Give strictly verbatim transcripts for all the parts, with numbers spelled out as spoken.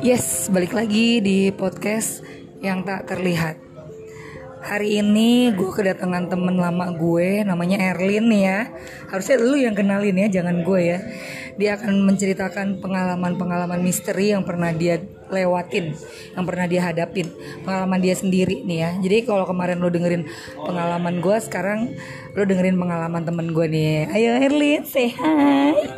Yes, balik lagi di podcast yang tak terlihat. Hari ini gue kedatangan temen lama gue, namanya Erlin nih ya. Harusnya lu yang kenalin ya, jangan gue ya. Dia akan menceritakan pengalaman-pengalaman misteri yang pernah dia lewatin, yang pernah dia hadapin, pengalaman dia sendiri nih ya. Jadi kalau kemarin lu dengerin pengalaman gue, sekarang lu dengerin pengalaman temen gue nih. Ayo Erlin, say hi.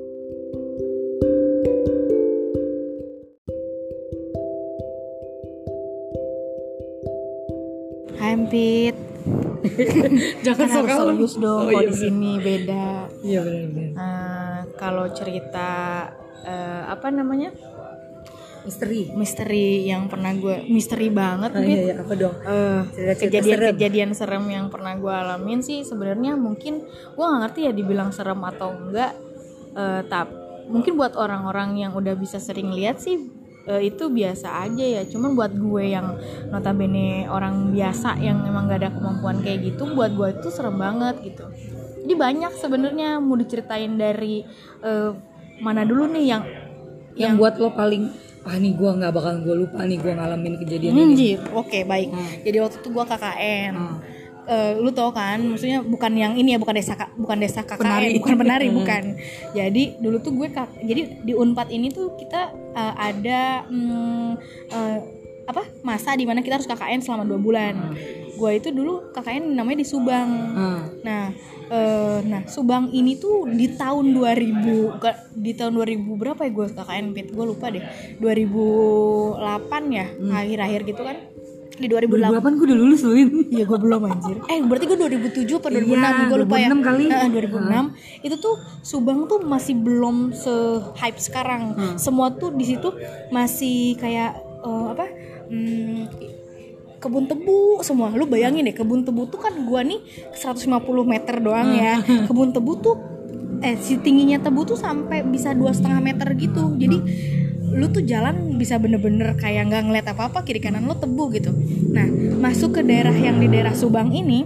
Hampit. Jangan Kan harus sok serius dong, oh, kalau iya, di sini beda. Iya benar-benar. Uh, kalau cerita uh, apa namanya Misteri. misteri yang pernah gue misteri banget, Oh, Bit. iya, iya, apa dong? Uh, Cerita-cerita kejadian-kejadian serem yang pernah gue alamin sih sebenarnya mungkin gue nggak ngerti ya dibilang serem atau enggak. Uh, tapi mungkin buat orang-orang yang udah bisa sering lihat sih Uh, itu biasa aja ya, cuman buat gue yang notabene orang biasa yang emang gak ada kemampuan kayak gitu, buat gue itu serem banget gitu. Jadi banyak sebenarnya mau diceritain dari uh, mana dulu nih yang yang, yang buat lo paling ah nih gue nggak bakal gue lupa nih gue ngalamin kejadian ini. Anjir, oke okay, baik. Hmm. Jadi waktu itu gue K K N. Hmm. Uh, lu tau kan, maksudnya bukan yang ini ya, bukan desa bukan desa K K N, penari. bukan penari, bukan. Jadi dulu tuh gue jadi di Unpad ini tuh kita uh, ada um, uh, apa masa di mana kita harus K K N selama dua bulan. Hmm. Gue itu dulu K K N namanya di Subang. Hmm. Nah, uh, nah Subang ini tuh di tahun dua ribu di tahun dua ribu berapa ya gue K K N, Pit? Gue lupa deh. dua ribu delapan ya, hmm. akhir-akhir gitu kan. Di dua ribu delapan gue udah lulus loh. Iya gue belum anjir. Eh berarti gue dua ribu tujuh atau dua ribu enam iya, gue lupa ya. Kali. Nah, dua ribu enam hmm. itu tuh Subang tuh masih belum se-hype sekarang. Hmm. Semua tuh di situ masih kayak uh, apa? Hmm, kebun tebu semua. Lu bayangin deh, kebun tebu tuh kan gua nih seratus lima puluh meter doang ya. Kebun tebu tuh eh si tingginya tebu tuh sampai bisa dua setengah meter gitu. Jadi lu tuh jalan bisa bener-bener kayak nggak ngeliat apa-apa, kiri kanan lu tebu gitu. Nah masuk ke daerah yang di daerah Subang ini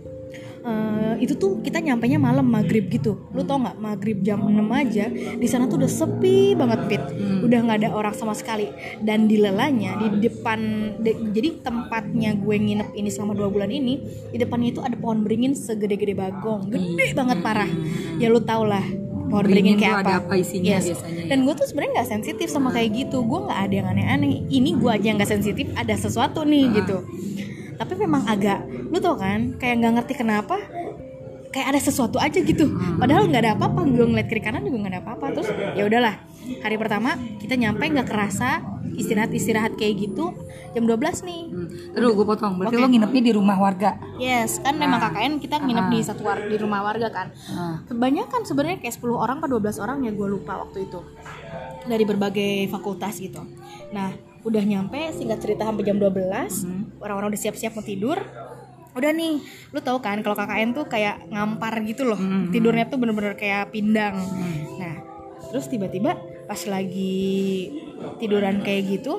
uh, itu tuh kita nyampainya malam maghrib gitu. Lu tau nggak, maghrib jam enam aja di sana tuh udah sepi banget, Pit. hmm. Udah nggak ada orang sama sekali. Dan di lelanya di depan de, jadi tempatnya gue nginep ini selama dua bulan ini, di depannya itu ada pohon beringin segede-gede bagong, gede hmm. banget parah. Ya lu tau lah pohon beringin kayak apa, apa isinya yes. biasanya. Dan gue tuh sebenarnya nggak sensitif sama kayak gitu. Gue nggak ada yang aneh-aneh. Ini gue aja yang nggak sensitif, ada sesuatu nih hmm. gitu. Tapi memang agak, lu tau kan, kayak nggak ngerti kenapa, kayak ada sesuatu aja gitu. Hmm. Padahal nggak ada apa-apa. Gue ngeliat kiri kanan juga nggak ada apa-apa. Terus ya udahlah. Hari pertama kita nyampe nggak kerasa, istirahat-istirahat kayak gitu jam dua belas nih. Hmm. Terus gue potong. Berarti okay. Lo nginepnya di rumah warga. Yes, kan memang K K N kita nginep ah. di satu war- di rumah warga kan. Ah. Kebanyakan sebenarnya kayak sepuluh orang atau dua belas orang ya, gue lupa waktu itu. Dari berbagai fakultas gitu. Nah, udah nyampe, singkat cerita sampai jam dua belas, hmm. orang-orang udah siap-siap mau tidur. Udah nih, lu tahu kan kalau K K N tuh kayak ngampar gitu loh. Hmm. Tidurnya tuh bener-bener kayak pindang. Hmm. Nah, terus tiba-tiba pas lagi tiduran kayak gitu,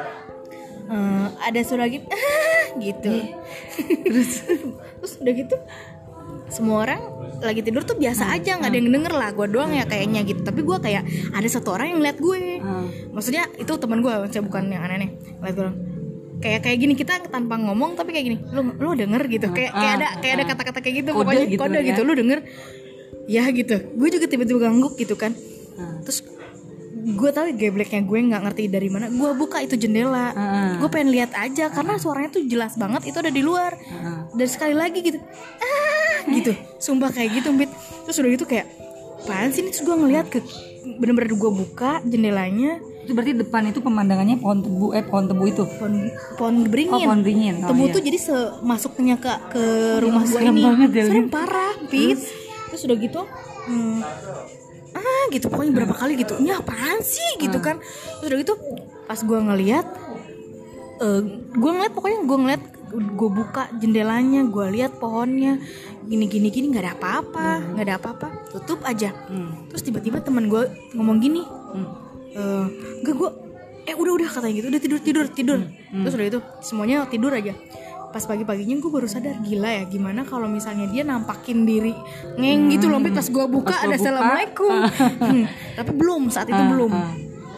uh, ada suara gitu, ah, gitu. terus, terus udah gitu, semua orang lagi tidur tuh biasa aja, nggak ada yang denger lah, gue doang ya kayaknya gitu. Tapi gue kayak ada satu orang yang ngeliat gue, maksudnya itu teman gue, saya bukan yang aneh-aneh, ngeliat gue kayak kayak gini, kita tanpa ngomong tapi kayak gini, lu lu denger gitu, kayak kayak ada kayak ada kata-kata kayak gitu, kode pokoknya gitu, kode ya? Gitu, lu denger, ya gitu. Gue juga tiba-tiba ganggu gitu kan, terus gue tahu gebleknya gue nggak ngerti dari mana, gue buka itu jendela, uh. gue pengen lihat aja karena suaranya tuh jelas banget itu ada di luar, uh. dan sekali lagi gitu, ah gitu, sumpah kayak gitu, Bit. Terus udah gitu kayak, apaan sih nih? Terus gue ngeliat ke, bener-bener gue buka jendelanya. Itu berarti depan itu pemandangannya pohon tebu, eh pohon tebu itu, pohon pohon beringin, oh, pohon beringin. Oh, tebu iya. tuh jadi semasuknya ke ke rumah gue ini, serem parah, Bit. Terus? Terus udah gitu. Hmm, ah gitu pokoknya berapa kali gitu, ini apaan sih gitu kan. Terus udah gitu pas gue ngeliat uh, gue ngeliat pokoknya gue ngeliat gue buka jendelanya, gue lihat pohonnya gini gini gini nggak ada apa-apa, nggak hmm. ada apa-apa, tutup aja. hmm. Terus tiba-tiba teman gue ngomong gini, hmm. uh, gak gue eh udah udah katanya gitu, udah tidur tidur tidur. hmm. Terus udah itu semuanya tidur aja. Pas pagi-paginya gue baru sadar, gila ya gimana kalau misalnya dia nampakin diri ngeng gitu loh. Pas gue buka pas ada buka, assalamualaikum hmm, tapi belum, saat itu uh, belum uh.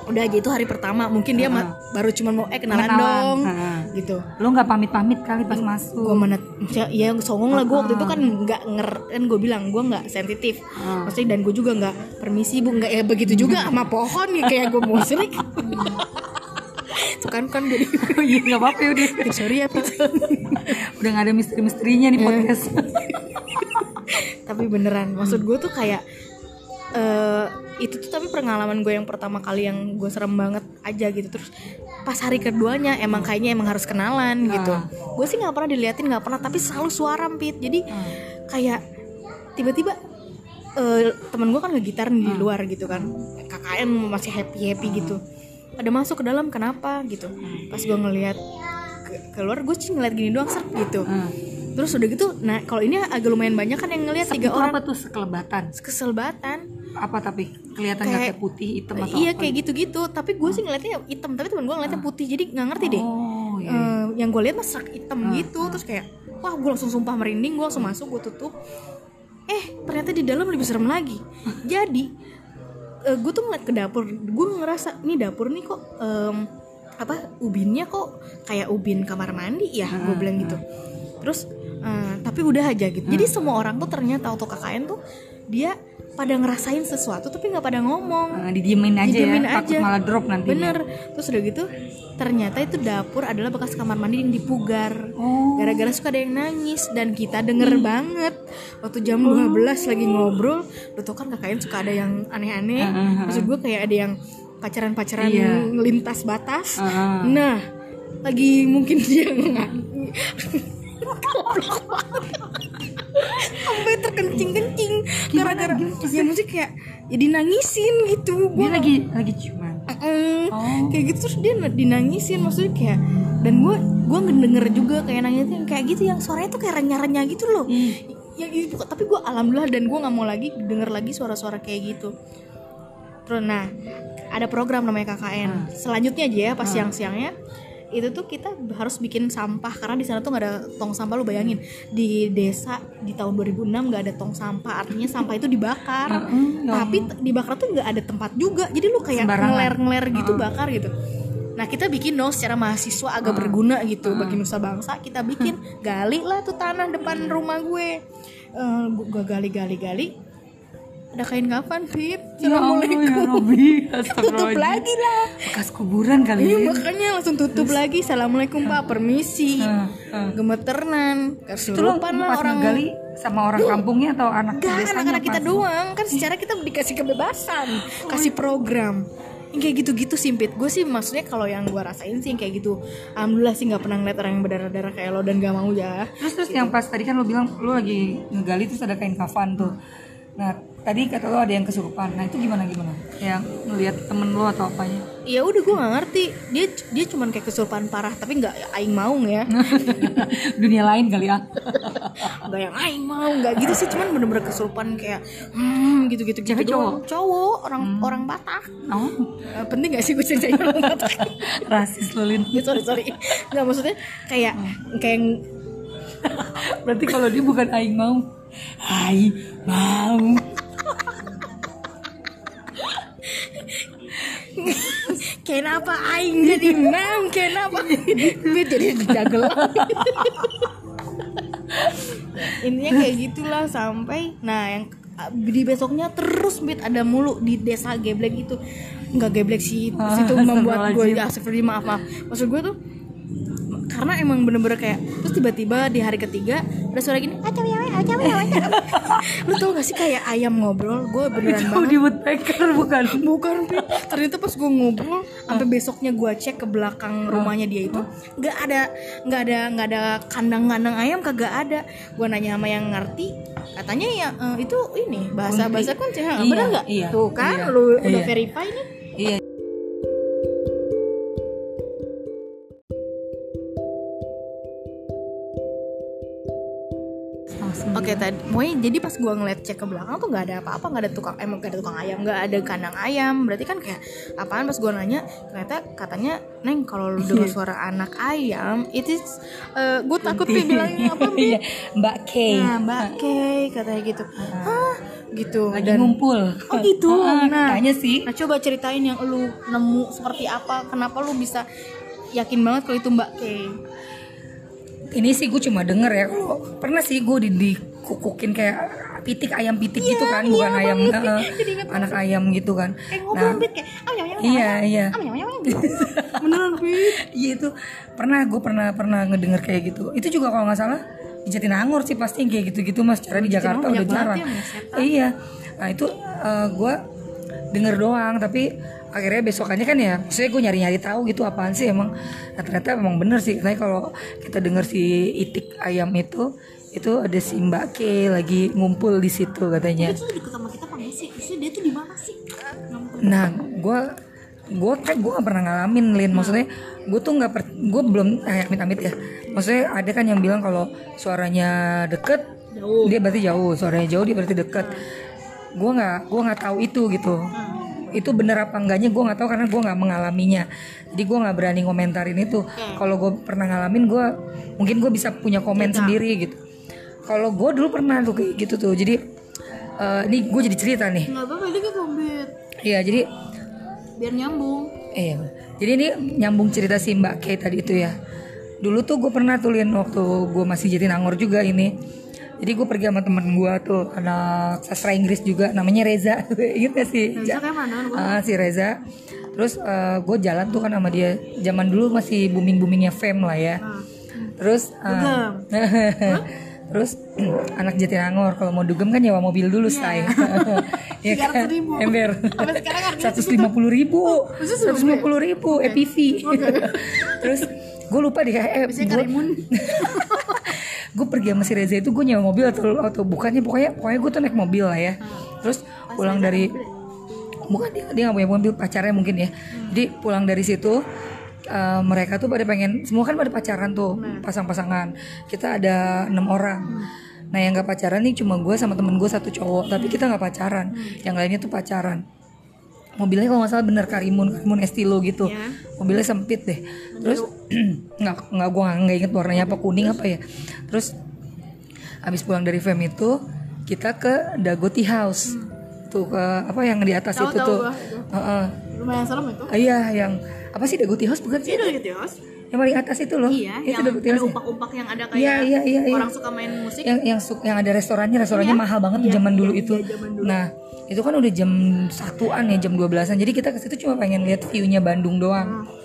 Udah aja itu hari pertama, mungkin dia uh-huh. ma- baru cuma mau eh kenalan, kenalan. dong uh-huh. gitu. Lo nggak pamit-pamit kali pas masuk? Gue mana ya, ya songong lah gue waktu itu kan nggak nger kan gue bilang gue nggak sensitif, uh. maksudnya dan gue juga nggak permisi bu, nggak ya begitu juga sama pohon ya kayak gue musrik. Tuh kan kan jadi oh, iya nggak apa-apa udah. Sorry ya Pit. Udah nggak ada misteri-misterinya nih podcast. Tapi beneran, maksud gue tuh kayak uh, itu tuh tapi pengalaman gue yang pertama kali yang gue serem banget aja gitu. Terus pas hari keduanya emang kayaknya emang harus kenalan gitu. Uh. Gue sih nggak pernah diliatin, nggak pernah, tapi selalu suara Pit. Jadi uh. kayak tiba-tiba uh, teman gue kan ngegitar di luar gitu kan, K K N masih happy happy gitu. Ada masuk ke dalam, kenapa gitu. Pas gue ngelihat ke- keluar gue sih ngeliat gini doang serp gitu. Uh. Terus udah gitu, nah kalau ini agak lumayan banyak kan yang ngelihat tiga orang. Apa tuh sekelebatan? Keselebatan. Apa tapi kelihatan nggak kayak putih hitam atau iya apa? kayak gitu-gitu. Tapi gue sih ngeliatnya hitam, tapi teman gue ngeliatnya putih, jadi nggak ngerti deh. Oh, iya. Uh, yang gue lihat masak hitam uh, gitu. Uh. Terus kayak, wah gue langsung sumpah merinding, gue langsung masuk, gue tutup. Eh ternyata di dalam lebih serem lagi. Jadi uh, gue tuh ngeliat ke dapur, gue ngerasa nih dapur nih kok um, apa ubinnya kok kayak ubin kamar mandi ya, gue bilang gitu. Terus uh, tapi udah aja gitu. Jadi semua orang tuh ternyata auto K K N tuh dia pada ngerasain sesuatu tapi nggak pada ngomong. Uh, didiemin aja didiemin ya, aja. Takut malah drop nanti. Bener. Terus udah gitu ternyata itu dapur adalah bekas kamar mandi yang dipugar. Oh. Gara-gara suka ada yang nangis dan kita denger hmm. banget waktu jam dua belas oh. lagi ngobrol. Lu tau kan K K N suka ada yang aneh-aneh. Uh-huh. Maksud gue kayak ada yang pacaran-pacaran iya. lintas batas. Uh-huh. Nah, lagi mungkin dia sampai terkencing-kencing gara-gara ya musik kayak ya dinangisin gitu. Dia gua, lagi lagi ciuman uh, oh. kayak gitu terus dia dinangisin, maksudnya kayak, dan gue gue ngedenger juga kayak nangisin kayak gitu yang suaranya tuh kayak renyah-renyah gitu loh. hmm. Ya, ya, tapi gue alhamdulillah dan gue nggak mau lagi denger lagi suara-suara kayak gitu. Terus nah ada program namanya K K N. hmm. Selanjutnya aja ya pas hmm. siang-siangnya itu tuh kita harus bikin sampah karena di sana tuh nggak ada tong sampah. Lu bayangin di desa di tahun dua ribu enam nggak ada tong sampah, artinya sampah itu dibakar. uh-uh, tapi t- dibakar tuh nggak ada tempat juga, jadi lu kayak ngeler-ngeler gitu, uh-uh. bakar gitu. Nah kita bikin dong secara mahasiswa agak uh-uh. berguna gitu, uh-uh. bagi nusa bangsa. Kita bikin gali lah tuh tanah depan rumah gue, uh, gue gali-gali-gali ada kain kafan, Fit. Assalamualaikum. Ya tutup lagi lah. Bekas kuburan kali ini. Iya, makanya langsung tutup terus lagi. Assalamualaikum Pak, permisi. Uh, uh. Gemeternan, kesurupan lah orang. Gali sama orang Duh, kampungnya atau anak desanya? Enggak, anak-anak kita doang. Kan secara kita dikasih kebebasan, kasih program. Yang kayak gitu-gitu simpit. Gue sih maksudnya kalau yang gue rasain sih yang kayak gitu. Alhamdulillah sih nggak pernah ngeliat orang yang berdarah-darah kayak lo dan gak mau ya. Terus terus gitu. Yang pas tadi kan lo bilang lo lagi ngegali terus ada kain kafan tuh. Nah tadi kata lo ada yang kesurupan. Nah itu gimana gimana? Yang ngelihat temen lo atau apanya? Ya udah gue nggak ngerti. Dia dia cuman kayak kesurupan parah tapi nggak aing maung ya. Dunia lain kali ya. Nggak yang aing mau, nggak gitu sih. Cuman bener-bener kesurupan kayak hmm gitu-gitu. Cewek gitu cowok? Cowok orang hmm. orang Batak. Oh. Uh, penting nggak sih gue ceritain orang Batak? Rasis lo Lin. Ya, sorry sorry. Nggak maksudnya kayak hmm. kayak. Berarti kalau dia bukan aing mau, aing mau. Kenapa aing jadi mam? Kenapa? Dia jadi dagel. Intinya kayak gitulah sampai nah yang di besoknya terus Bit ada mulu di desa geblek itu. Enggak geblek sih, terus itu membuat gue ya seperti maaf maaf. Maksud gue tuh karena emang bener-bener kayak terus tiba-tiba di hari ketiga ada suara gini acaw ya acaw ya lu tau gak sih kayak ayam ngobrol. Gue beneran itu banget di woodpecker bukan bukan ternyata pas gue ngobrol sampai besoknya gue cek ke belakang rumahnya dia itu nggak ada nggak ada nggak ada kandang-kandang ayam, kagak ada. Gue nanya sama yang ngerti katanya ya uh, itu ini bahasa bahasa kunci iya, bener nggak iya, tuh kan iya, lu iya. udah verify nih iya. Oke okay, tadi, pokoknya jadi pas gue ngeliat cek ke belakang tuh nggak ada apa-apa, nggak ada tukang emang nggak ada tukang ayam, nggak ada kandang ayam. Berarti kan kayak apaan? Pas gue nanya ternyata katanya Neng kalau lu dengar suara anak ayam itu uh, gue takut nih bilangnya apa Bi? Mbak Kay. Nah Mbak Kay katanya gitu. Hah gitu. Lagi Dan ngumpul. oh gitu. Ah, Nah, katanya sih. Nah, coba ceritain yang lu nemu seperti apa, kenapa lu bisa yakin banget kalau itu Mbak Kay. Ini sih gue cuma denger ya, kalau pernah sih gue di dikukukin kayak pitik, ayam pitik Iya, gitu kan, iya, bukan ayam banget. uh, Jadi inget anak ayam gitu kan. Kayak ngobrol Bit, kayak am nyam nyam. Iya, iya. Am nyam nyam gitu. Beneran Bit. Iya itu pernah gue pernah pernah ngedenger kayak gitu. Itu juga kalau nggak salah di Jatinangor sih pasti yang kayak gitu-gitu mas. Cara di Jakarta Jatinangor udah banyak jarang. banget ya, Mas, setan. Iya. Nah itu uh, gue denger doang, tapi akhirnya besokannya kan ya, maksudnya gue nyari-nyari tahu gitu apaan sih emang. Nah, ternyata emang bener sih, karena kalau kita denger si itik ayam itu, itu ada si Mbak K lagi ngumpul di situ katanya. Dia tuh deket sama kita apa enggak sih? Maksudnya dia tuh di mana sih? Nah, gue gue kan gue gak pernah ngalamin Lin, maksudnya gue tuh nggak per- gue belum eh, amit-amit ya, maksudnya ada kan yang bilang kalau suaranya deket Jauh. dia berarti jauh, suaranya jauh dia berarti deket. Gue nggak gue nggak tahu itu gitu, itu bener apa enggaknya gue nggak tahu karena gue nggak mengalaminya, jadi gue nggak berani ngomentarin itu. Kalau gue pernah ngalamin, gue mungkin gue bisa punya komen Cerita. sendiri gitu. Kalau gue dulu pernah tuh kayak gitu tuh, jadi eh, ini gue jadi cerita nih. Enggak apa-apa, ini gitu Bit. Iya, jadi Biar nyambung. Eh, jadi ini nyambung cerita si Mbak Kay tadi itu ya. Dulu tuh gue pernah tuh Lin, waktu gue masih Jatinangor juga ini. Jadi gue pergi sama temen gue tuh, anak sastra Inggris juga, namanya Reza. Ingat gak sih? Reza kayak mana? Gua Ah, si Reza. Terus uh, gue jalan tuh kan sama dia. Zaman dulu masih booming-boomingnya fame lah ya. Terus uh, terus anak Jatinangor kalau mau dugem kan nyewa mobil dulu say. Ya kan? ribu. Ember. Sampai sekarang harganya seratus lima puluh ribu. seratus lima puluh ribu E P V. Terus gue lupa deh eh, Biasanya gua- Karimun. gue pergi sama si Reza itu gue nyewa mobil atau atau bukannya pokoknya pokoknya gue tuh naik mobil lah ya. Terus pulang dari bukan dia dia nggak punya mobil, pacarnya mungkin ya. Jadi pulang dari situ uh, mereka tuh pada pengen, semua kan pada pacaran tuh, pasang-pasangan. Kita ada enam orang. Nah yang nggak pacaran nih cuma gue sama temen gue satu cowok, tapi kita nggak pacaran. Yang lainnya tuh pacaran. Mobilnya kalau nggak salah bener Karimun, Karimun Estilo gitu. Ya. Mobilnya sempit deh. Terus nggak nggak gue nggak inget warnanya apa, kuning apa ya. Terus habis pulang dari fam itu kita ke Dago Tea House. Tuh ke apa yang di atas Tahu, itu tahu tuh. gua itu. Heeh. Lumayan serem itu. Ah, iya yang apa sih Dago Tea House bukan sih? Itu gitu ya, Mas. Yang paling atas itu loh. Iya, itu yang Dago Tea ada House. umpak-umpak yang ada kayak Iya, iya, iya, iya. orang suka main musik. Yang yang su- yang ada restorannya, restorannya Iya. mahal banget Iya, zaman iya, dulu iya, itu. zaman dulu. Nah, itu kan udah jam satuan ya, jam dua belasan. Jadi kita ke situ cuma pengen lihat view-nya Bandung doang. Hmm.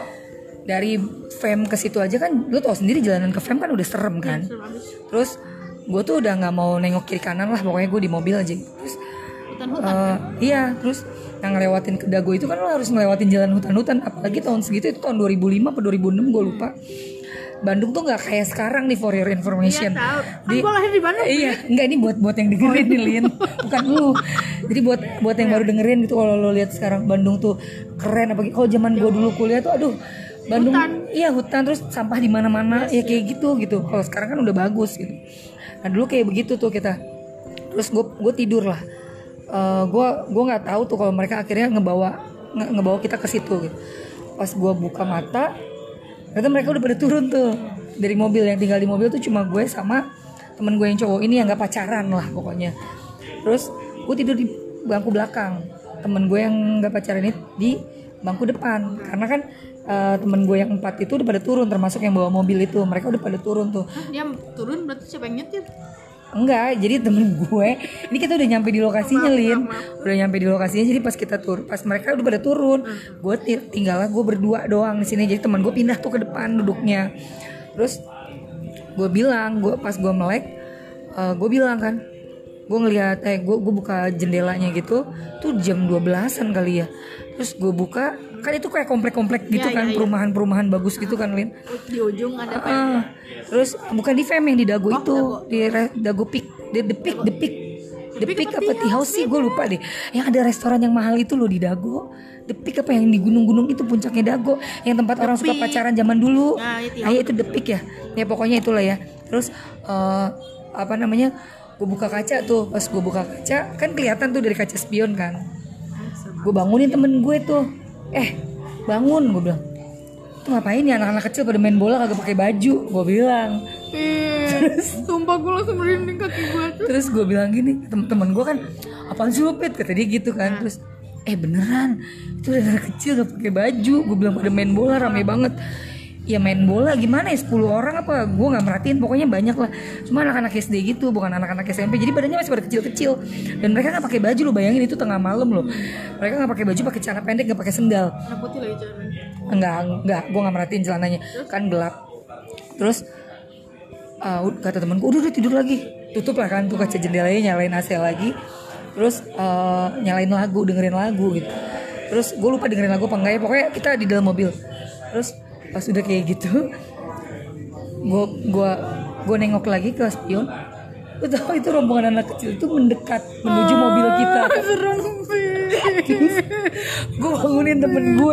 Dari fam ke situ aja kan, lu tau sendiri jalanan ke fam kan udah serem kan. Serem abis. Terus gue tuh udah nggak mau nengok kiri kanan lah, pokoknya gue di mobil aja. Terus Hutan-hutan. eh, iya, terus yang ngelewatin ke Dago itu kan lo harus ngelewatin jalan hutan-hutan, apalagi tahun segitu, itu tahun dua ribu lima atau dua ribu enam gue lupa. Bandung tuh nggak kayak sekarang nih, for your information. Iya, tahu. Kan Di- gua lahir di Bandung. Iya, enggak, ini buat buat yang dengerin nih Lin, bukan lu. Jadi buat buat yang baru dengerin gitu, kalau lo lihat sekarang Bandung tuh keren, apalagi kalau zaman gue dulu kuliah tuh, aduh, Bandung, Hutan. iya hutan, terus sampah di mana-mana, ya kayak gitu gitu. Kalau sekarang kan udah bagus gitu. Nah dulu kayak begitu tuh kita. Terus gue gue tidur lah. Gue gue nggak tahu tuh kalau mereka akhirnya ngebawa nge- ngebawa kita ke situ gitu. Pas gue buka mata, ternyata mereka udah pada turun tuh dari mobil. Yang tinggal di mobil tuh cuma gue sama temen gue yang cowok ini yang nggak pacaran lah pokoknya. Terus gue tidur di bangku belakang, temen gue yang nggak pacaran ini di bangku depan. Karena kan eh, temen gue yang empat itu udah pada turun, termasuk yang bawa mobil itu, mereka udah pada turun tuh. Hah, dia turun berarti siapa yang nyetir? Enggak, jadi temen gue, ini kita udah nyampe di lokasinya Maaf, Lin, maaf, udah nyampe di lokasinya. Jadi pas kita tur, pas mereka udah pada turun, gue ti- tinggal lah gue berdua doang di sini. Jadi teman gue pindah tuh ke depan duduknya. Terus gue bilang, gue pas gue melek, eh, gue bilang kan, gue ngelihat, eh gue gue buka jendelanya gitu, tuh jam dua belasan kali ya. Terus gue buka, kan itu kayak komplek-komplek gitu Iya, kan, iya, iya. perumahan-perumahan bagus gitu kan Lin. Di ujung ada apa? Ah, terus bukan di Fem, yang di Dago itu, Dago. di re- Dago Peak, di The Peak, The Peak, The Peak Peak apa apa Tea Tea House sih, gue lupa deh. Yang ada restoran yang mahal itu loh di Dago. The Peak apa yang di gunung-gunung itu, puncaknya Dago, yang tempat orang suka Peak. pacaran zaman dulu. Nah, itu Ah, itu The Peak ya. Ya pokoknya itulah ya. Terus eh, apa namanya? Gue buka kaca tuh, pas gue buka kaca kan kelihatan tuh dari kaca spion kan. Gue bangunin temen gue tuh, eh bangun, gue bilang, tuh ngapain ya anak-anak kecil pada main bola kagak pakai baju, gue bilang. Ih, Sumpah gue langsung merinding kaki gue tuh. Terus gue bilang gini, temen-temen gue kan, apaan sih lo Pit, kata dia gitu kan. Terus eh beneran itu udah anak kecil gak pakai baju. Gue bilang pada main bola rame banget. Ya main bola gimana ya, sepuluh orang apa, gue gak merhatiin, pokoknya banyak lah. Cuma anak-anak S D gitu, bukan anak-anak S M P, jadi badannya masih pada kecil-kecil. Dan mereka gak pakai baju, lo bayangin itu tengah malam loh. Mereka gak pakai baju, pakai celana pendek, gak pakai sendal. Warna putih lagi celananya. Enggak, enggak, gue gak merhatiin celananya, kan gelap. Terus uh, kata temenku, udah udah tidur lagi. Tutup lah kan tuh kaca jendelanya, nyalain A C lagi. Terus uh, nyalain lagu, dengerin lagu gitu. Terus gue lupa dengerin lagu apa enggak ya, pokoknya kita di dalam mobil. Terus pas udah kayak gitu, gue gue gue nengok lagi ke spion. Lu tahu itu rombongan anak kecil itu mendekat menuju mobil kita. Serem sih. Gue bangunin temen gue,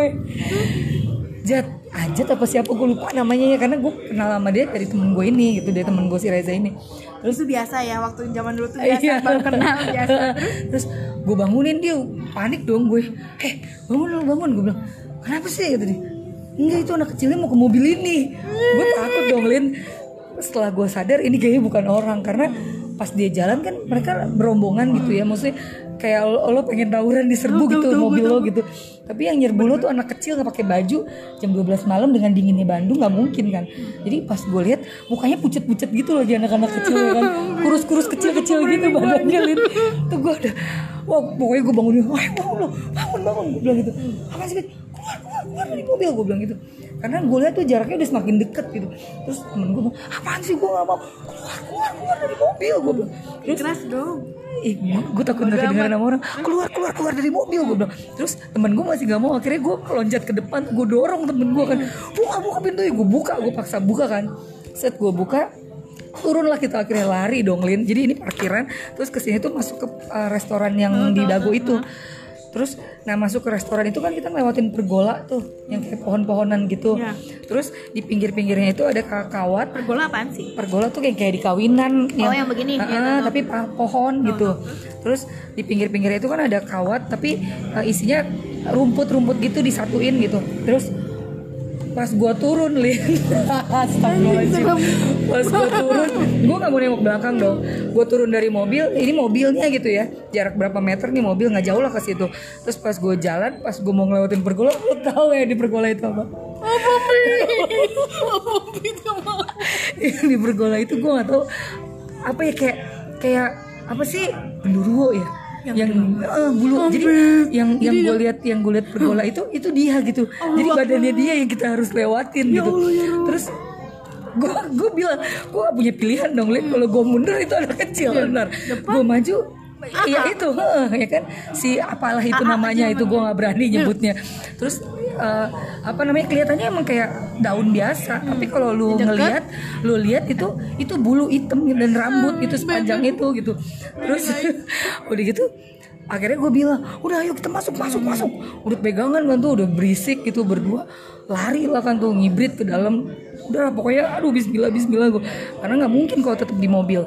Jat, Ajat apa siapa gue lupa namanya ya, karena gue kenal sama dia dari temen gue ini gitu, dari temen gue si Reza ini. Terus itu biasa ya, waktu zaman dulu tuh biasa, iya. baru kenal biasa. Terus gue bangunin dia, panik dong gue. Eh bangun dong, bangun, gue bilang kenapa sih, kata dia. Enggak, itu anak kecilnya mau ke mobil ini. Gue takut dong Lin. Setelah gue sadar ini kayaknya bukan orang, karena pas dia jalan kan mereka berombongan gitu ya, maksudnya kayak lo, lo pengen tawuran diserbu tuh, gitu tuh, mobil tuh, lo gitu. Tapi yang nyerbu lo tuh anak kecil nggak pakai baju jam dua belas malam dengan dinginnya Bandung, nggak mungkin kan. Jadi pas gue lihat mukanya pucet-pucet gitu loh, dia anak-anak kecil ya kan, kurus-kurus kecil-kecil gitu badannya Lin. Tuh gue udah, wah pokoknya gue bangunin, wah bangun lo, bangun bangun, gue bilang gitu. Apa sih, keluar keluar keluar dari mobil, gue bilang gitu. Karena gue lihat tuh jaraknya udah semakin deket gitu. Terus temen gue bilang, apaan sih, gue gak mau, keluar keluar keluar dari mobil, gue bilang. Terus keras dong. Ih, gue takut gak kedengeran sama orang. Keluar keluar keluar dari mobil, gue bilang. Terus temen gue masih gak mau, akhirnya gue loncat ke depan, gue dorong temen gue kan, buka buka pintunya, gue buka, gue paksa buka kan. Set gue buka, turunlah kita, akhirnya lari dong Lin. Jadi ini parkiran, terus kesini tuh masuk ke uh, restoran yang di Dago itu. Terus nah masuk ke restoran itu kan kita ngelewatin pergola tuh yang kayak pohon-pohonan gitu ya. Terus di pinggir-pinggirnya itu ada kawat. Pergola apaan sih? Pergola tuh kayak kayak di kawinan oh yang, yang begini uh, ya, tapi pohon oh, gitu. Terus di pinggir-pinggirnya itu kan ada kawat, tapi uh, isinya rumput-rumput gitu disatuin gitu. Terus pas gue turun Lin, astagfirullahaladzim, pas gue turun, gue nggak mau nengok belakang dong, gue turun dari mobil, ini mobilnya gitu ya, jarak berapa meter nih mobil, nggak jauh lah ke situ. Terus pas gue jalan, pas gue mau ngelewatin pergola, lo tau ya di pergola itu apa? Apa sih? Apa itu mah? Di pergola itu gue nggak tahu apa ya, kayak kayak apa sih, genderuwo ya? yang, yang uh, bulu. Ampun. Jadi yang yang gue lihat yang gue lihat pergola itu itu dia gitu. Oh, jadi badannya dia yang kita harus lewatin ya gitu. Allah, ya Allah. Terus gue gue bilang gue gak punya pilihan dong Lin, kalau gue mundur itu anak kecil ya, benar. Gue maju ya itu uh, ya kan si apalah itu ah, namanya itu gue nggak berani nyebutnya. Terus uh, apa namanya, kelihatannya emang kayak daun biasa, hmm. tapi kalau lu ngelihat lu lihat itu itu bulu hitam dan rambut itu sepanjang itu gitu. Terus udah gitu akhirnya gue bilang udah ayo kita masuk masuk masuk, udah pegangan kan tuh udah berisik gitu, berdua lari lah kan tuh, ngibrit ke dalam. Udah pokoknya aduh bismillah bismillah gue, karena nggak mungkin kalau tetap di mobil.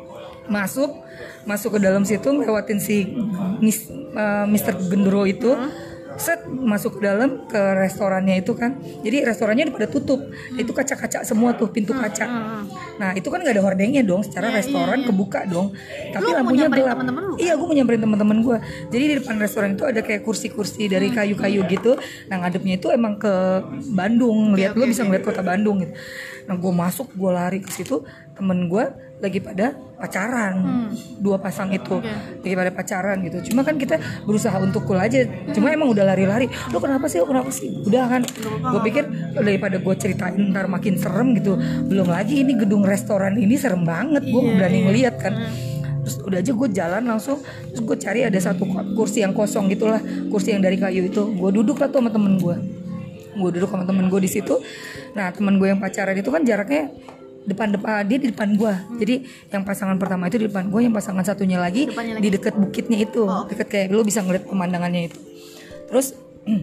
Masuk masuk ke dalam situ, ngelewatin si mis, uh, mister Gendero itu, set masuk ke dalam ke restorannya itu kan. Jadi restorannya udah pada tutup, itu kaca-kaca semua tuh, pintu kaca. Nah itu kan nggak ada hordengnya dong, secara ya, restoran iya, iya. kebuka dong, tapi lu lampunya gelap. Iya gue mau nyamperin teman-teman gue. Jadi di depan restoran itu ada kayak kursi-kursi dari kayu-kayu gitu. Nah ngadepnya itu emang ke Bandung, lihat okay, lo okay, bisa ngeliat kota Bandung gitu. Nah gue masuk, gue lari ke situ, temen gue lagi pada pacaran, hmm. dua pasang itu okay. lagi pada pacaran gitu. Cuma kan kita berusaha untuk cool aja, cuma emang udah lari-lari. Lo kenapa sih, lo kenapa sih? Udah kan, gue pikir daripada gue ceritain ntar makin serem gitu. Belum lagi ini gedung restoran ini serem banget, gue yeah, berani yeah. ngeliat kan. Terus udah aja gue jalan langsung, terus gue cari ada satu kursi yang kosong gitulah, kursi yang dari kayu itu. Gue duduk lah tuh sama temen gue, gue duduk sama temen gue di situ. Nah temen gue yang pacaran itu kan jaraknya depan-depan, dia di depan gue. Hmm. Jadi yang pasangan pertama itu di depan gue, yang pasangan satunya lagi, lagi. di dekat bukitnya itu, oh. deket kayak lo bisa ngeliat pemandangannya itu. Terus hmm,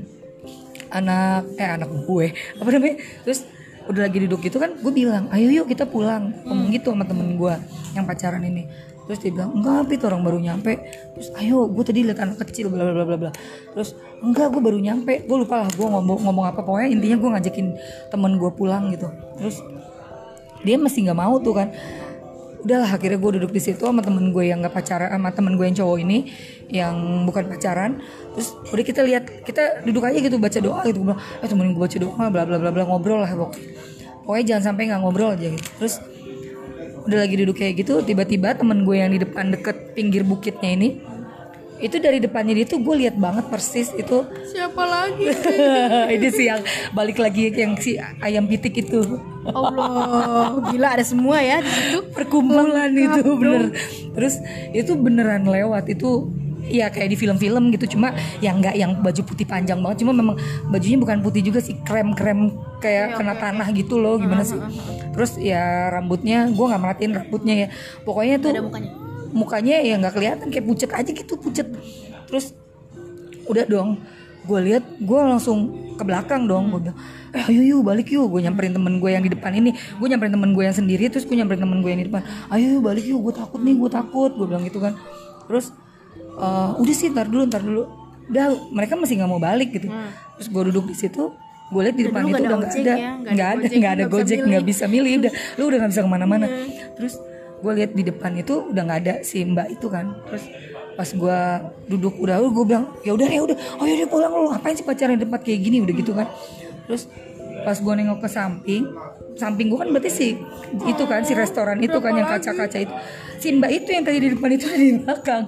anak eh anak gue apa namanya, terus udah lagi duduk gitu kan, gue bilang ayo yuk kita pulang, hmm. ngomong gitu sama temen gue yang pacaran ini. Terus dia bilang enggak Pit, orang baru nyampe. Terus ayo gue tadi liat anak kecil bla bla bla bla. Terus enggak gue baru nyampe, gue lupa lah gue ngomong ngomong apa, pokoknya intinya gue ngajakin temen gue pulang gitu. Terus dia masih nggak mau tuh kan. udahlah akhirnya gue duduk di situ sama temen gue yang nggak pacaran, sama temen gue yang cowok ini yang bukan pacaran. Terus udah kita lihat, kita duduk aja gitu baca doa gitu. Gue bilang eh temenin gue baca doa bla bla bla bla, ngobrol lah pokoknya pokoknya jangan sampai nggak ngobrol aja gitu. Terus udah lagi duduk kayak gitu, tiba-tiba temen gue yang di depan deket pinggir bukitnya ini, itu dari depannya dia tuh gue lihat banget persis itu siapa lagi ini sih yang balik lagi yang si ayam pitik itu. Allah, gila ada semua ya di situ perkumpulan itu bener. Terus itu beneran lewat itu ya kayak di film-film gitu, cuma yang nggak yang baju putih panjang banget, cuma memang bajunya bukan putih juga sih, krem-krem kayak okay, kena okay, tanah okay. gitu loh gimana uh, sih. Uh, uh, uh. Terus ya rambutnya gue nggak merhatiin rambutnya ya, pokoknya tuh mukanya. mukanya ya nggak kelihatan, kayak pucet aja gitu, pucet. Terus udah dong gue lihat, gue langsung ke belakang dong. hmm. Gue bilang eh ayo yuk balik yuk, gue nyamperin temen gue yang di depan ini, gue nyamperin temen gue yang sendiri, terus gue nyamperin temen gue yang di depan, ayo yuk balik yuk, gue takut nih, gue takut, gue bilang gitu kan. Terus uh, udah sih ntar dulu ntar dulu udah mereka masih nggak mau balik gitu. hmm. Terus gue duduk di situ, gue lihat di depan itu udah nggak ada nggak ada nggak ada gojek, nggak bisa milih, udah lu udah nggak bisa kemana-mana. yeah. Terus gue lihat di depan itu udah nggak ada si mbak itu kan. Terus pas gue duduk udah, gue bilang ya udah ya udah, oh ya udah pulang, lu ngapain sih pacaran di tempat kayak gini, udah gitu kan. Terus pas gue nengok ke samping, samping gue kan berarti si itu kan si restoran itu kan yang kaca-kaca itu, si mbak itu yang tadi di depan itu udah di belakang.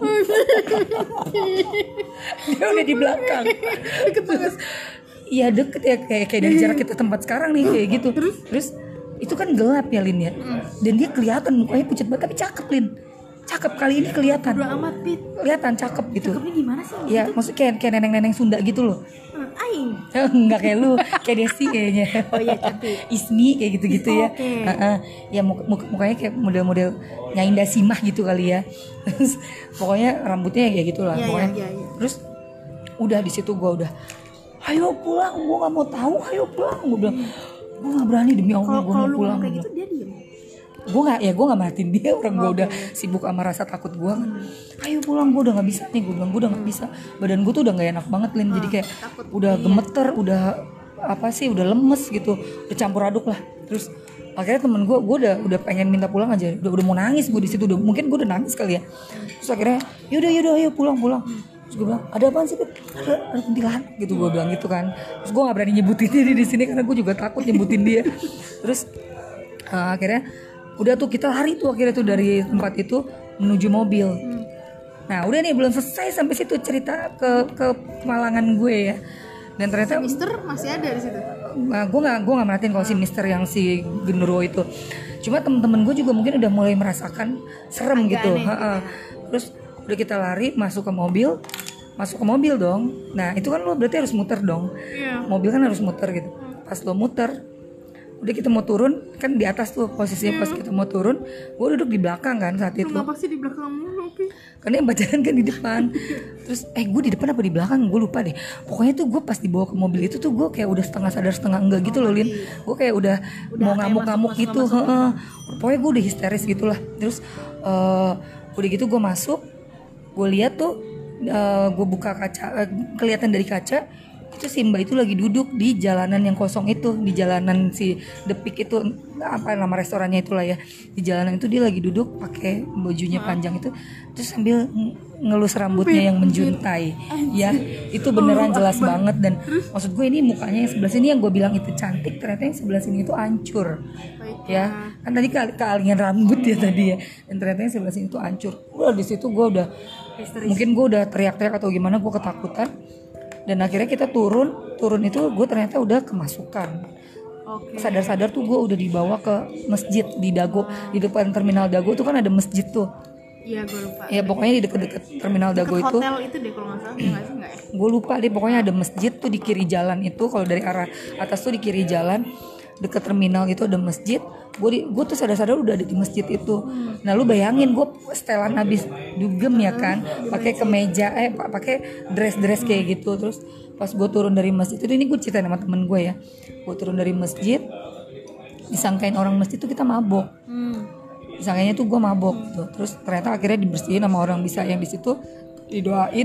Dia udah di belakang. Terus iya deket ya, kayak kayak dari jarak kita tempat sekarang nih kayak gitu. Terus itu kan gelap ya Lin ya, dan dia kelihatan mukanya pucat banget tapi cakep Lin, cakep kali ini kelihatan. Udah amat Pit, kelihatan cakep gitu. Cakepnya gimana sih? Ya gitu? Maksudnya kayak, kayak neneng-neneng Sunda gitu loh. Aing nggak kayak lu, kayak Desi kayaknya. Oh iya cantik. Ismi kayak gitu-gitu ya. Okay. Uh-uh. Ya muka, mukanya kayak model-model Nyai Dasimah gitu kali ya. Terus pokoknya rambutnya kayak gitulah. Ya, pokoknya. ya, ya, ya. Terus udah di situ gue udah, ayo pulang, gue nggak mau tahu, ayo pulang, gue bilang. Gue nggak berani demi Allah, gue mau pulang. Kalau kayak gitu dia diem. Gue nggak, ya gue nggak merhatiin dia, orang gue oh, udah okay. sibuk sama rasa takut gue kan. hmm. Ayo pulang, gue udah nggak bisa nih, gue bilang gue udah nggak bisa, badan gue tuh udah nggak enak banget Lin, hmm. jadi kayak takut, udah iya. gemeter, udah apa sih, udah lemes gitu, udah campur aduk lah. Terus akhirnya temen gue, gue udah udah pengen minta pulang aja, udah udah mau nangis gue di situ, udah mungkin gue udah nangis kali ya. Terus akhirnya yaudah yaudah ayo pulang pulang. Terus gue bilang ada apaan sih Pit? Ada, ada kuntilanak gitu, gue bilang gitu kan. Terus gue nggak berani nyebutin dia di sini karena gue juga takut nyebutin dia. Terus uh, akhirnya udah tuh kita lari tuh akhirnya tuh dari tempat itu menuju mobil. hmm. Nah udah nih belum selesai sampai situ cerita ke ke Malangan gue ya. Dan ternyata si Mister masih ada di situ. Nah, gue nggak gue nggak merhatiin kalau si Mister yang si genderuwo itu. Cuma temen-temen gue juga mungkin udah mulai merasakan serem agak gitu. Aneh, gitu ya. Terus udah kita lari masuk ke mobil, masuk ke mobil dong. Nah itu kan lo berarti harus muter dong. yeah. Mobil kan harus muter gitu. Pas lo muter, udah kita mau turun kan di atas tuh posisinya. yeah. Pas kita mau turun, gue duduk di belakang kan saat itu. Kenapa sih di belakang mulu Pi? Karena yang bacaan kan di depan. Terus eh gue di depan apa di belakang gue lupa deh. Pokoknya tuh gue pas dibawa ke mobil itu tuh gue kayak udah setengah sadar setengah enggak gitu loh Lin. Gue kayak udah, udah mau ngamuk-ngamuk gitu. Masuk, masuk, masuk. Pokoknya gue udah histeris gitulah. Terus uh, udah gitu gue masuk, gue lihat tuh uh, gue buka kaca, uh, kelihatan dari kaca itu si mbak itu lagi duduk di jalanan yang kosong itu, di jalanan si Depik itu, apa nama restorannya itulah ya, di jalanan itu dia lagi duduk pakai bajunya panjang itu, terus sambil ngelus rambutnya yang menjuntai. Ya itu beneran jelas banget. Dan maksud gue ini mukanya yang sebelah sini yang gue bilang itu cantik, ternyata yang sebelah sini itu hancur. Ya kan tadi ke kealingan rambut ya tadi ya, dan ternyata yang sebelah sini itu hancur. Udah di situ gue udah histeris. Mungkin gue udah teriak-teriak atau gimana, gue ketakutan. Dan akhirnya kita turun, turun itu gue ternyata udah kemasukan. Okay. Sadar-sadar tuh gue udah dibawa ke masjid di Dago, di depan terminal Dago tuh kan ada masjid tuh. Iya gue lupa. Ya pokoknya di deket-deket terminal deket Dago hotel itu. Hotel itu deh kalau nggak salah, nggak sih nggak ya? Gue lupa deh, pokoknya ada masjid tuh di kiri jalan itu. Kalau dari arah atas tuh di kiri jalan, deket terminal itu ada masjid. Gue di, gue tuh sadar-sadar udah ada di masjid itu. Hmm. Nah lu bayangin gue setelan habis dugem ya kan, pakai kemeja, eh pakai dress-dress kayak gitu. Terus pas gue turun dari masjid itu, ini gue cerita sama temen gue ya, gue turun dari masjid, disangkain orang masjid tuh kita mabok. Hmm. Disangkainya tuh gue mabok gitu. Terus ternyata akhirnya dibersihin sama orang bisa yang di situ, didoain.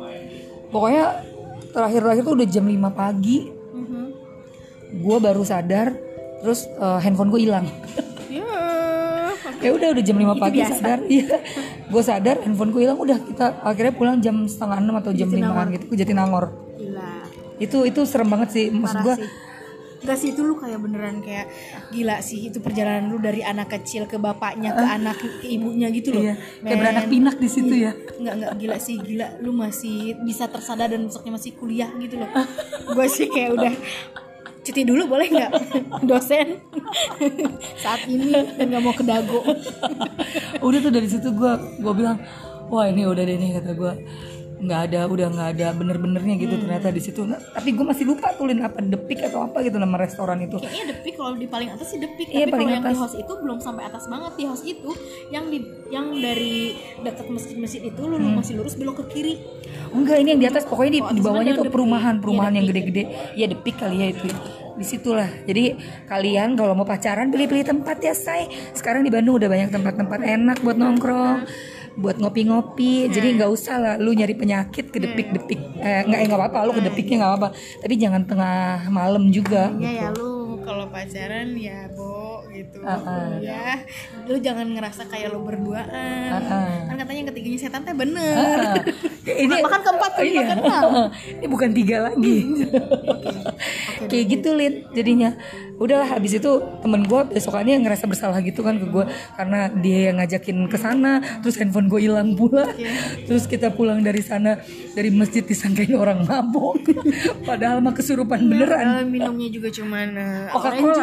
Pokoknya terakhir-terakhir tuh udah jam lima pagi. Mm-hmm. Gue baru sadar. Terus uh, handphone gue hilang. Yeah, okay. Ya udah udah jam lima Itu pagi biasa. sadar. Iya. Gue sadar handphone gue hilang, udah kita akhirnya pulang jam setengah enam atau jam limaan gitu ke Jatinangor. Gila. Itu itu serem banget sih, maksud Parah gue. sih. Enggak sih, itu lu kayak beneran kayak gila sih, itu perjalanan lu dari anak kecil ke bapaknya ke anak ke ibunya gitu loh. Iya, kayak Men. beranak pinak di situ ya. Enggak enggak gila sih, gila lu masih bisa tersadar dan besoknya masih kuliah gitu loh. Gue sih kayak udah cuti dulu boleh nggak dosen saat ini dan nggak mau ke Dago. Udah tuh dari situ gue gue bilang wah ini udah deh nih, kata gue nggak ada, udah nggak ada bener-benernya gitu hmm. ternyata di situ. Nah, tapi gue masih lupa tulin apa Depik atau apa gitu nama restoran itu. Kayaknya Depik, kalau di paling atas sih Depik, iya, tapi kalau yang atas. di house itu belum sampai atas banget. Di house itu yang di yang dari dekat masjid-masjid itu lu hmm. masih lurus belok ke kiri. Enggak, ini yang di atas, pokoknya di, oh, di bawahnya tuh perumahan perumahan ya, yang gede-gede. Ya Depik kali ya itu. Disitulah. Jadi kalian kalau mau pacaran pilih-pilih tempat ya say. Sekarang di Bandung udah banyak tempat-tempat enak buat nongkrong, buat ngopi-ngopi. Jadi nggak usah lah lu nyari penyakit ke Depik-Depik. Eh, nggak nggak apa-apa, lu ke Depiknya nggak apa-apa. Tapi jangan tengah malam juga. Iya gitu. ya, lu kalau pacaran ya bo gitu. Uh-uh. Ya, lu jangan ngerasa kayak lu berduaan. Uh-uh. Kan katanya yang ketiganya setan teh bener. Uh-uh. Ini bahkan keempat, kelima, iya. keenam. Ini bukan tiga lagi. Okay, kayak gitu Lin jadinya. Udahlah, habis itu temen gue besokannya ngerasa bersalah gitu kan ke gue karena dia yang ngajakin ke sana, terus handphone gue hilang pula. Okay. Terus kita pulang dari sana dari masjid disangkain orang mabok. Padahal mah kesurupan beneran. Padahal minumnya juga cuman uh, Coca-Cola.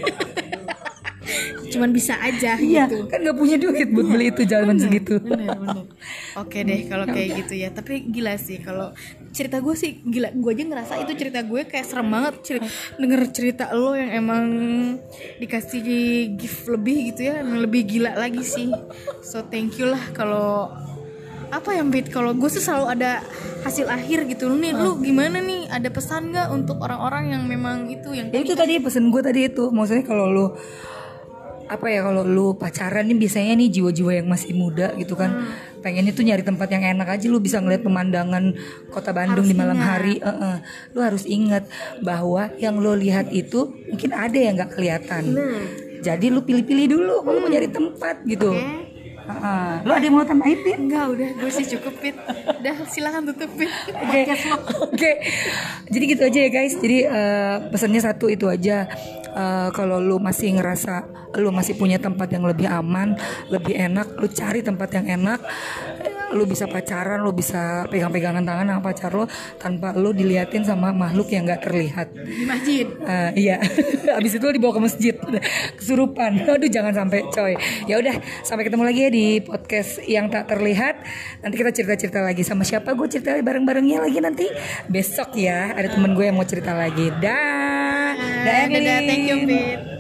Cuman bisa aja iya, gitu. Kan gak punya duit buat beli itu zaman segitu. Bener, bener. Oke deh kalau kayak gitu ya. Tapi gila sih kalau cerita gue sih gila. Gue aja ngerasa itu cerita gue kayak serem banget. Cerita, denger cerita lo yang emang dikasih gift lebih gitu ya, emang lebih gila lagi sih. So thank you lah. Kalau apa yang Bit, kalau gue tuh selalu ada hasil akhir gitu. Lu nih, lu gimana nih? Ada pesan nggak untuk orang-orang yang memang itu yang ya itu tadi pesan gue tadi itu, maksudnya kalau lu apa ya, kalau lu pacaran nih biasanya nih jiwa-jiwa yang masih muda gitu kan, hmm. pengennya tuh nyari tempat yang enak aja, lu bisa ngeliat pemandangan kota Bandung harus di malam ingat. hari. Uh-uh. Lu harus ingat bahwa yang lu lihat itu mungkin ada yang nggak kelihatan. Hmm. Jadi lu pilih-pilih dulu kalau hmm. mau nyari tempat gitu. Okay. Uh, lo ada yang mau tambahin, Pit? Enggak, udah, gue sih cukup, Pit. Udah, silakan tutup, Pit. Oke, okay. okay. Jadi gitu aja ya guys. Jadi uh, pesannya satu itu aja. Uh, kalau lu masih ngerasa lu masih punya tempat yang lebih aman, lebih enak, lu cari tempat yang enak. Lu bisa pacaran, lu bisa pegang-pegangan tangan sama pacar lu tanpa lu diliatin sama makhluk yang nggak terlihat di masjid. Uh, iya. Abis itu lu dibawa ke masjid kesurupan. Aduh, jangan sampai coy. Ya udah, sampai ketemu lagi ya di podcast yang tak terlihat. Nanti kita cerita-cerita lagi sama siapa, gue cerita bareng-barengnya lagi nanti besok ya. Ada temen gue yang mau cerita lagi. Dah. Dadah, thank you, Pit.